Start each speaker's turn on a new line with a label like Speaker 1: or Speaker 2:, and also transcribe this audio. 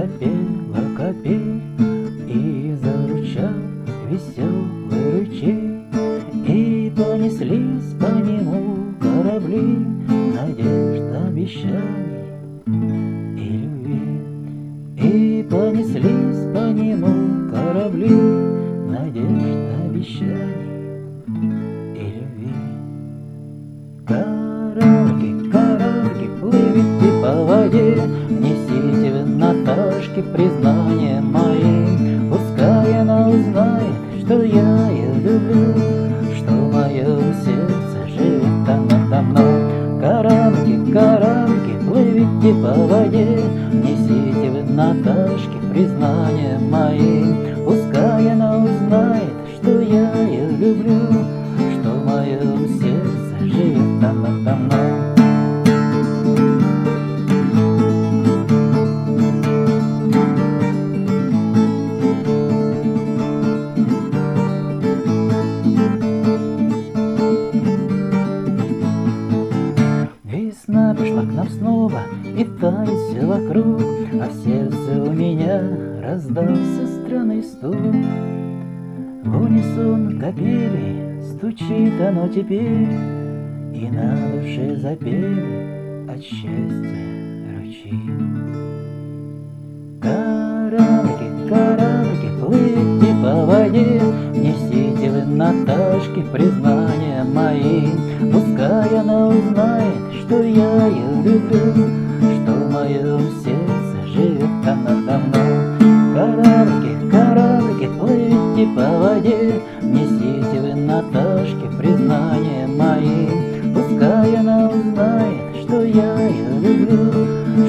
Speaker 1: запела капель, и зарычал веселый ручей, и понеслись по нему корабли надежд, обещаний и любви. И понеслись по нему корабли надежд, обещаний и любви. Кораблики, кораблики, плывите по воде, несите вы Наташке признание мои. Пускай она узнает, что я ее люблю, что в моем сердце живет она давно. Кораблики, кораблики, плывите по воде, несите вы Наташке признание мои. Пускай она узнает, что я ее люблю, что в моем сердце живет она давно. Весна пришла к нам снова, и тает все вокруг, а в сердце у меня раздался странный стук. В унисон капели стучит оно теперь, и на душе запели от счастья ручьи. Кораблики, кораблики, плывите по воде, несите вы Наташке признания мои. Пускай она узнает, что я ее люблю, что в моем сердце живет она давно. Кораблики, кораблики, плывите по воде, несите вы Наташке признания мои. Пускай она узнает, что я ее люблю,